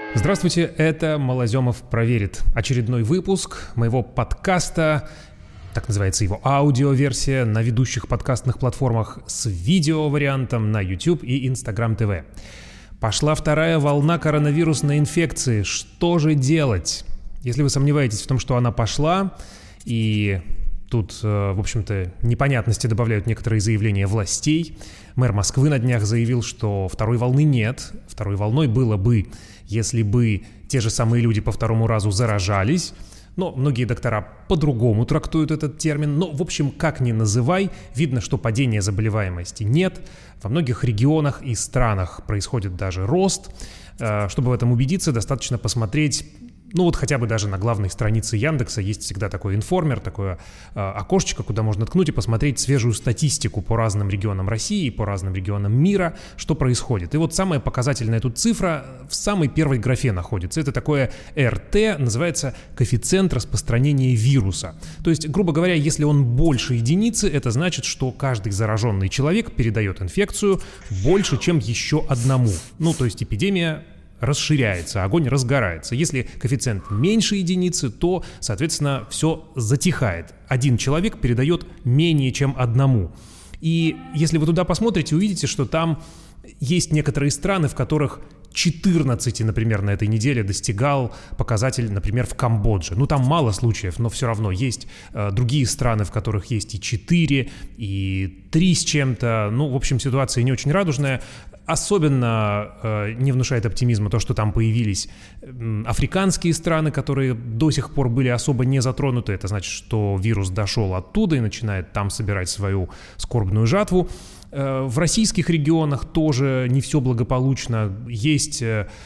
Здравствуйте, это Малоземов проверит. Очередной выпуск моего подкаста, так называется его аудиоверсия, на ведущих подкастных платформах с видеовариантом на YouTube и Instagram TV. Пошла вторая волна коронавирусной инфекции. Что же делать? Если вы сомневаетесь в том, что она пошла, и тут, в общем-то, непонятности добавляют некоторые заявления властей. Мэр Москвы на днях заявил, что второй волны нет. Второй волной было бы, если бы те же самые люди по второму разу заражались. Но многие доктора по-другому трактуют этот термин. Но, в общем, как ни называй, видно, что падения заболеваемости нет. Во многих регионах и странах происходит даже рост. Чтобы в этом убедиться, достаточно посмотреть... хотя бы даже на главной странице Яндекса есть всегда такой информер, такое окошечко, куда можно ткнуть и посмотреть свежую статистику по разным регионам России и по разным регионам мира, что происходит. И вот самая показательная тут цифра в самой первой графе находится. Это такое РТ, называется коэффициент распространения вируса. То есть, грубо говоря, если он больше единицы, это значит, что каждый зараженный человек передает инфекцию больше, чем еще одному. То есть эпидемия расширяется, огонь разгорается. Если коэффициент меньше единицы, то, соответственно, все затихает. Один человек передает менее чем одному. И если вы туда посмотрите, увидите, что там есть некоторые страны, в которых 14, например, на этой неделе достигал показатель, например, в Камбодже. Там мало случаев, но все равно есть другие страны, в которых есть и 4, и 3 с чем-то. В общем, ситуация не очень радужная. Особенно не внушает оптимизма то, что там появились африканские страны, которые до сих пор были особо не затронуты. Это значит, что вирус дошел оттуда и начинает там собирать свою скорбную жатву. В российских регионах тоже не все благополучно. Есть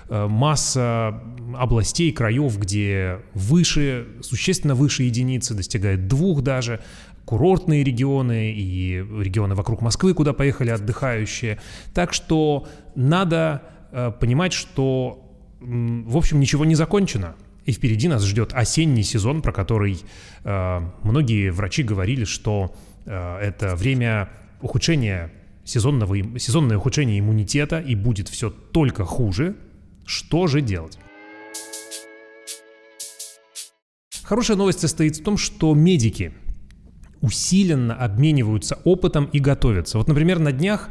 масса областей, краев, где выше, существенно выше единицы, достигает 2 даже. Курортные регионы и регионы вокруг Москвы, куда поехали отдыхающие. Так что надо понимать, что, в общем, ничего не закончено. И впереди нас ждет осенний сезон, про который многие врачи говорили, что это время ухудшения, сезонное ухудшение иммунитета, и будет все только хуже. Что же делать? Хорошая новость состоит в том, что медики усиленно обмениваются опытом и готовятся. Например, на днях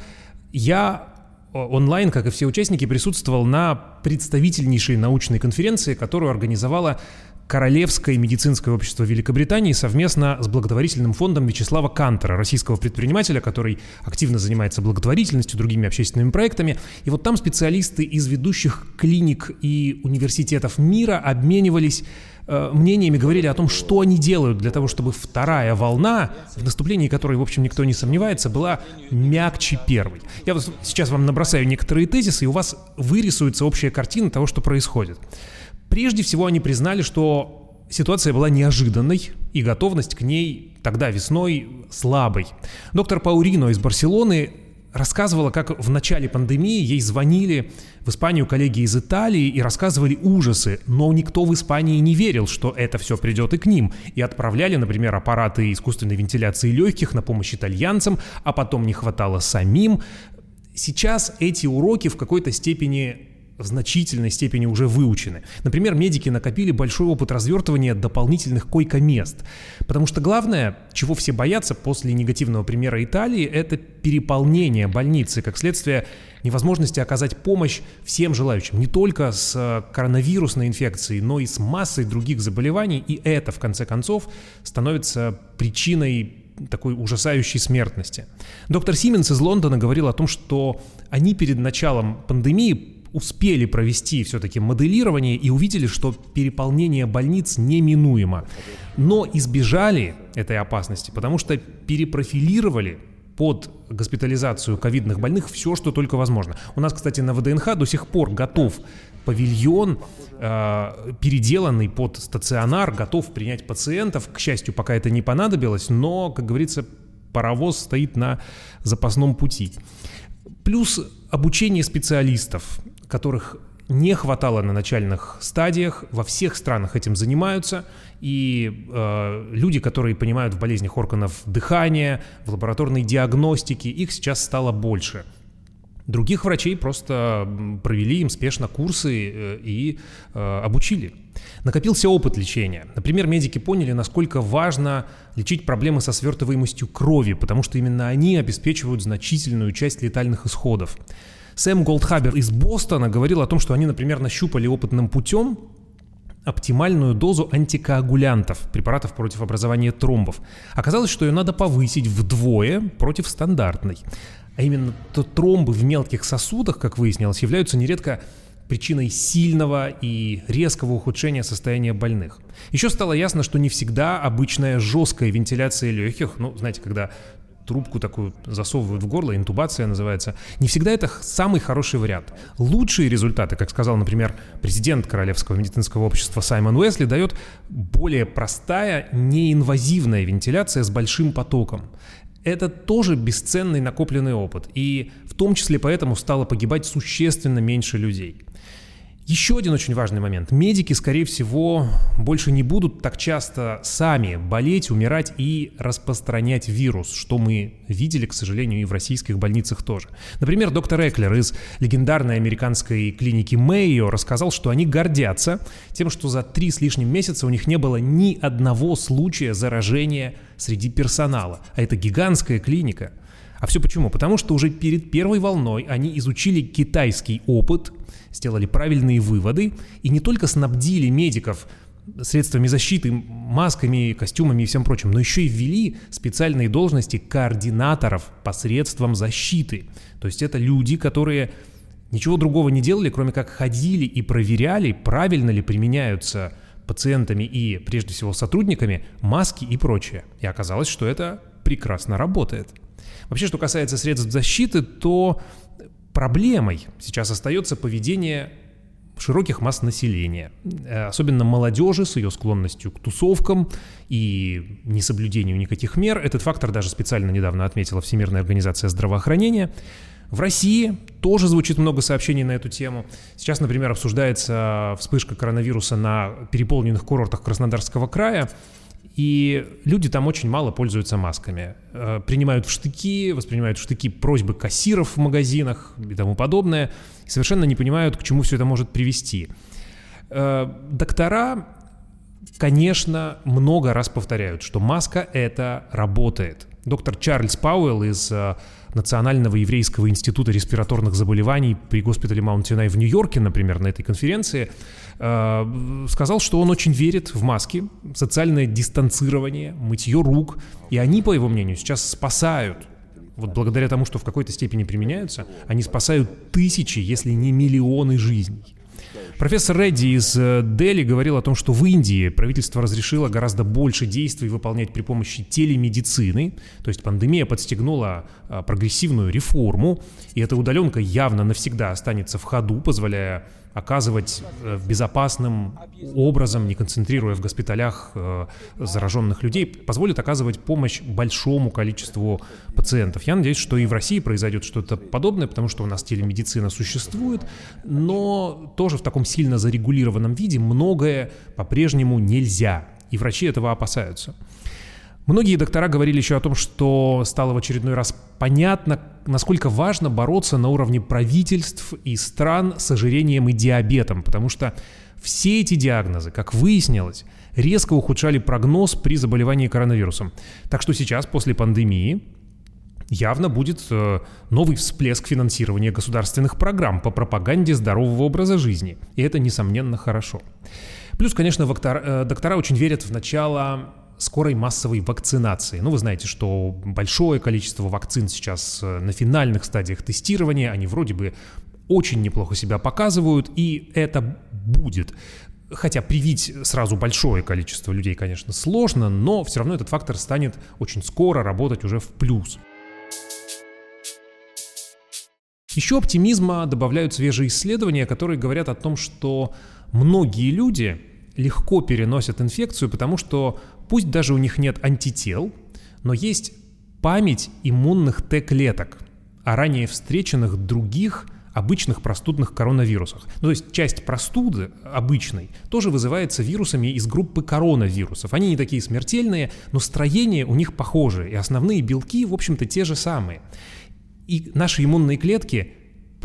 я онлайн, как и все участники, присутствовал на представительнейшей научной конференции, которую организовала Королевское медицинское общество Великобритании совместно с благотворительным фондом Вячеслава Кантора, российского предпринимателя, который активно занимается благотворительностью, другими общественными проектами. И там специалисты из ведущих клиник и университетов мира обменивались мнениями, говорили о том, что они делают для того, чтобы вторая волна, в наступлении которой, в общем, никто не сомневается, была мягче первой. Я сейчас вам набросаю некоторые тезисы, и у вас вырисуется общая картина того, что происходит. Прежде всего, они признали, что ситуация была неожиданной, и готовность к ней тогда весной слабой. Доктор Паурино из Барселоны рассказывала, как в начале пандемии ей звонили в Испанию коллеги из Италии и рассказывали ужасы, но никто в Испании не верил, что это все придет и к ним, и отправляли, например, аппараты искусственной вентиляции легких на помощь итальянцам, а потом не хватало самим. Сейчас эти уроки в какой-то степени, в значительной степени уже выучены. Например, медики накопили большой опыт развертывания дополнительных койко-мест. Потому что главное, чего все боятся после негативного примера Италии, это переполнение больницы, как следствие невозможности оказать помощь всем желающим. Не только с коронавирусной инфекцией, но и с массой других заболеваний. И это, в конце концов, становится причиной такой ужасающей смертности. Доктор Сименс из Лондона говорил о том, что они перед началом пандемии успели провести все-таки моделирование и увидели, что переполнение больниц неминуемо. Но избежали этой опасности, потому что перепрофилировали под госпитализацию ковидных больных все, что только возможно. У нас, кстати, на ВДНХ до сих пор готов павильон, переделанный под стационар, готов принять пациентов. К счастью, пока это не понадобилось, но, как говорится, паровоз стоит на запасном пути. Плюс обучение специалистов, которых не хватало на начальных стадиях, во всех странах этим занимаются, и люди, которые понимают в болезнях органов дыхания, в лабораторной диагностике, их сейчас стало больше. Других врачей просто провели им спешно курсы и обучили. Накопился опыт лечения. Например, медики поняли, насколько важно лечить проблемы со свертываемостью крови, потому что именно они обеспечивают значительную часть летальных исходов. Сэм Голдхабер из Бостона говорил о том, что они, например, нащупали опытным путем оптимальную дозу антикоагулянтов, препаратов против образования тромбов. Оказалось, что ее надо повысить вдвое против стандартной. А именно тромбы в мелких сосудах, как выяснилось, являются нередко причиной сильного и резкого ухудшения состояния больных. Еще стало ясно, что не всегда обычная жесткая вентиляция легких, знаете, когда трубку такую засовывают в горло, интубация называется, не всегда это самый хороший вариант. Лучшие результаты, как сказал, например, президент Королевского медицинского общества Саймон Уэсли, дает более простая, неинвазивная вентиляция с большим потоком. Это тоже бесценный накопленный опыт, и в том числе поэтому стало погибать существенно меньше людей. Еще один очень важный момент. Медики, скорее всего, больше не будут так часто сами болеть, умирать и распространять вирус, что мы видели, к сожалению, и в российских больницах тоже. Например, доктор Эклер из легендарной американской клиники Мэйо рассказал, что они гордятся тем, что за 3 с лишним месяца у них не было ни одного случая заражения среди персонала. А это гигантская клиника. А все почему? Потому что уже перед первой волной они изучили китайский опыт, сделали правильные выводы и не только снабдили медиков средствами защиты, масками, костюмами и всем прочим, но еще и ввели специальные должности координаторов посредством защиты. То есть это люди, которые ничего другого не делали, кроме как ходили и проверяли, правильно ли применяются пациентами и, прежде всего, сотрудниками маски и прочее. И оказалось, что это прекрасно работает. Вообще, что касается средств защиты, то проблемой сейчас остается поведение широких масс населения, особенно молодежи с ее склонностью к тусовкам и несоблюдению никаких мер. Этот фактор даже специально недавно отметила Всемирная организация здравоохранения. В России тоже звучит много сообщений на эту тему. Сейчас, например, обсуждается вспышка коронавируса на переполненных курортах Краснодарского края. И люди там очень мало пользуются масками. Принимают в штыки, воспринимают в штыки просьбы кассиров в магазинах и тому подобное. И совершенно не понимают, к чему все это может привести. Доктора, конечно, много раз повторяют, что маска это работает. Доктор Чарльз Пауэлл из Национального еврейского института респираторных заболеваний при госпитале Маунт-Синай в Нью-Йорке, например, на этой конференции, сказал, что он очень верит в маски, социальное дистанцирование, мытье рук, и они, по его мнению, сейчас спасают. Вот благодаря тому, что в какой-то степени применяются, они спасают тысячи, если не миллионы жизней. Профессор Редди из Дели говорил о том, что в Индии правительство разрешило гораздо больше действий выполнять при помощи телемедицины, то есть пандемия подстегнула прогрессивную реформу, и эта удаленка явно навсегда останется в ходу, позволяя оказывать безопасным образом, не концентрируя в госпиталях зараженных людей, позволит оказывать помощь большому количеству пациентов. Я надеюсь, что и в России произойдет что-то подобное, потому что у нас телемедицина существует, но тоже в таком сильно зарегулированном виде многое по-прежнему нельзя, и врачи этого опасаются. Многие доктора говорили еще о том, что стало в очередной раз понятно, насколько важно бороться на уровне правительств и стран с ожирением и диабетом, потому что все эти диагнозы, как выяснилось, резко ухудшали прогноз при заболевании коронавирусом. Так что сейчас, после пандемии, явно будет новый всплеск финансирования государственных программ по пропаганде здорового образа жизни, и это, несомненно, хорошо. Плюс, конечно, доктора очень верят в начало скорой массовой вакцинации. Вы знаете, что большое количество вакцин сейчас на финальных стадиях тестирования, они вроде бы очень неплохо себя показывают, и это будет. Хотя привить сразу большое количество людей, конечно, сложно, но все равно этот фактор станет очень скоро работать уже в плюс. Еще оптимизма добавляют свежие исследования, которые говорят о том, что многие люди легко переносят инфекцию, потому что пусть даже у них нет антител, но есть память иммунных Т-клеток о ранее встреченных других обычных простудных коронавирусах. То есть часть простуды обычной тоже вызывается вирусами из группы коронавирусов. Они не такие смертельные, но строение у них похожее, и основные белки, в общем-то, те же самые. И наши иммунные клетки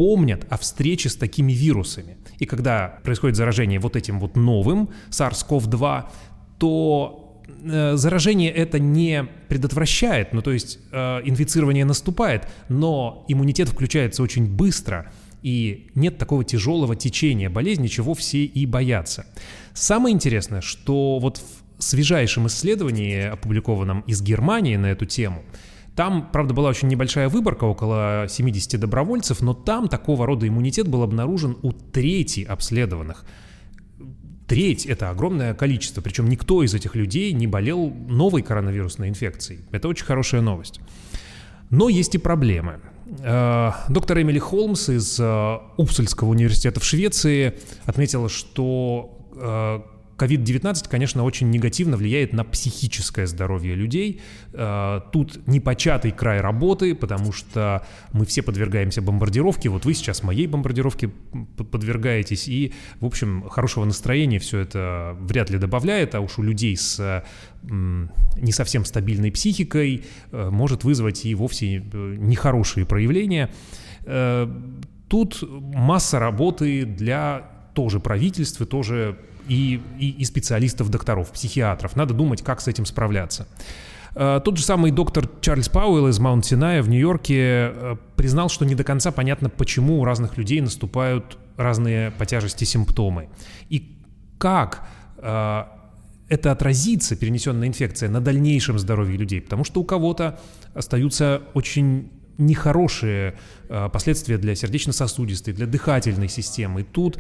помнят о встрече с такими вирусами. И когда происходит заражение вот этим вот новым SARS-CoV-2, то заражение это не предотвращает, ну то есть инфицирование наступает, но иммунитет включается очень быстро, и нет такого тяжелого течения болезни, чего все и боятся. Самое интересное, что вот в свежайшем исследовании, опубликованном из Германии на эту тему, там, правда, была очень небольшая выборка, около 70 добровольцев, но там такого рода иммунитет был обнаружен у трети обследованных. Треть — это огромное количество, причем никто из этих людей не болел новой коронавирусной инфекцией. Это очень хорошая новость. Но есть и проблемы. Доктор Эмили Холмс из Упсальского университета в Швеции отметила, что COVID-19, конечно, очень негативно влияет на психическое здоровье людей. Тут непочатый край работы, потому что мы все подвергаемся бомбардировке. Вот вы сейчас моей бомбардировке подвергаетесь. И, в общем, хорошего настроения все это вряд ли добавляет. А уж у людей с не совсем стабильной психикой может вызвать и вовсе нехорошие проявления. Тут масса работы для тоже правительства, тоже и специалистов, докторов, психиатров. Надо думать, как с этим справляться. Тот же самый доктор Чарльз Пауэлл из Маунт-Синая в Нью-Йорке признал, что не до конца понятно, почему у разных людей наступают разные по тяжести симптомы. И как это отразится, перенесенная инфекция, на дальнейшем здоровье людей. Потому что у кого-то остаются очень нехорошие последствия для сердечно-сосудистой, для дыхательной системы. И тут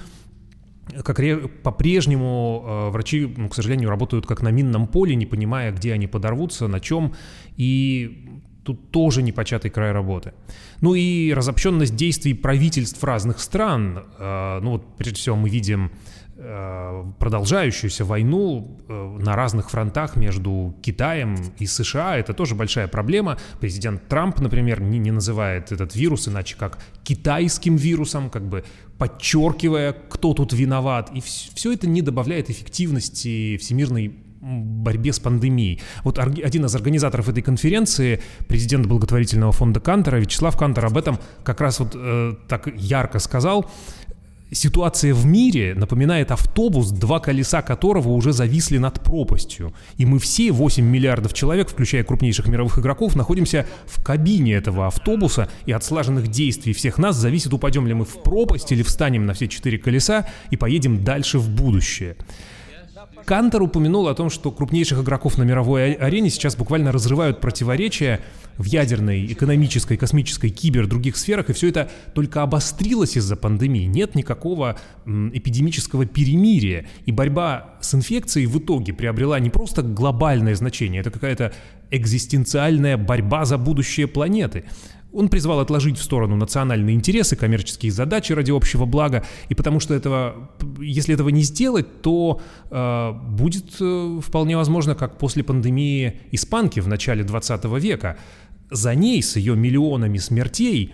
по-прежнему врачи, к сожалению, работают как на минном поле, не понимая, где они подорвутся, на чем, и тут тоже непочатый край работы. Ну и разобщенность действий правительств разных стран. Ну вот, прежде всего, мы видим продолжающуюся войну на разных фронтах между Китаем и США. Это тоже большая проблема. Президент Трамп, например, не называет этот вирус иначе как китайским вирусом, как бы подчеркивая, кто тут виноват. И все это не добавляет эффективности всемирной борьбе с пандемией. Вот один из организаторов этой конференции, президент благотворительного фонда Кантора, Вячеслав Кантор, об этом как раз вот так ярко сказал. Ситуация в мире напоминает автобус, 2 колеса которого уже зависли над пропастью. И мы все, 8 миллиардов человек, включая крупнейших мировых игроков, находимся в кабине этого автобуса, и от слаженных действий всех нас зависит, упадем ли мы в пропасть или встанем на все 4 колеса и поедем дальше в будущее. Кантор упомянул о том, что крупнейших игроков на мировой арене сейчас буквально разрывают противоречия в ядерной, экономической, космической, других сферах, и все это только обострилось из-за пандемии. Нет никакого эпидемического перемирия, и борьба с инфекцией в итоге приобрела не просто глобальное значение, это какая-то экзистенциальная борьба за будущее планеты. Он призвал отложить в сторону национальные интересы, коммерческие задачи ради общего блага, и потому что если этого не сделать, то будет вполне возможно, как после пандемии испанки в начале 20 века. За ней, с ее миллионами смертей,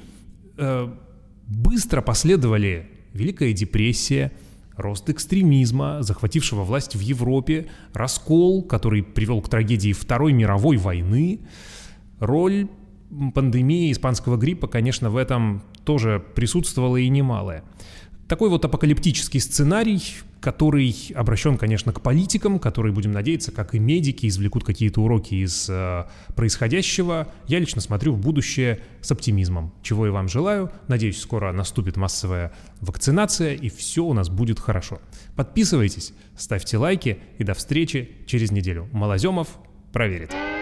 быстро последовали Великая депрессия, рост экстремизма, захватившего власть в Европе, раскол, который привел к трагедии Второй мировой войны. Роль пандемии испанского гриппа, конечно, в этом тоже присутствовала и немалая. Такой вот апокалиптический сценарий, который обращен, конечно, к политикам, которые, будем надеяться, как и медики, извлекут какие-то уроки из происходящего. Я лично смотрю в будущее с оптимизмом, чего и вам желаю. Надеюсь, скоро наступит массовая вакцинация, и все у нас будет хорошо. Подписывайтесь, ставьте лайки, и до встречи через неделю. Малоземов проверит.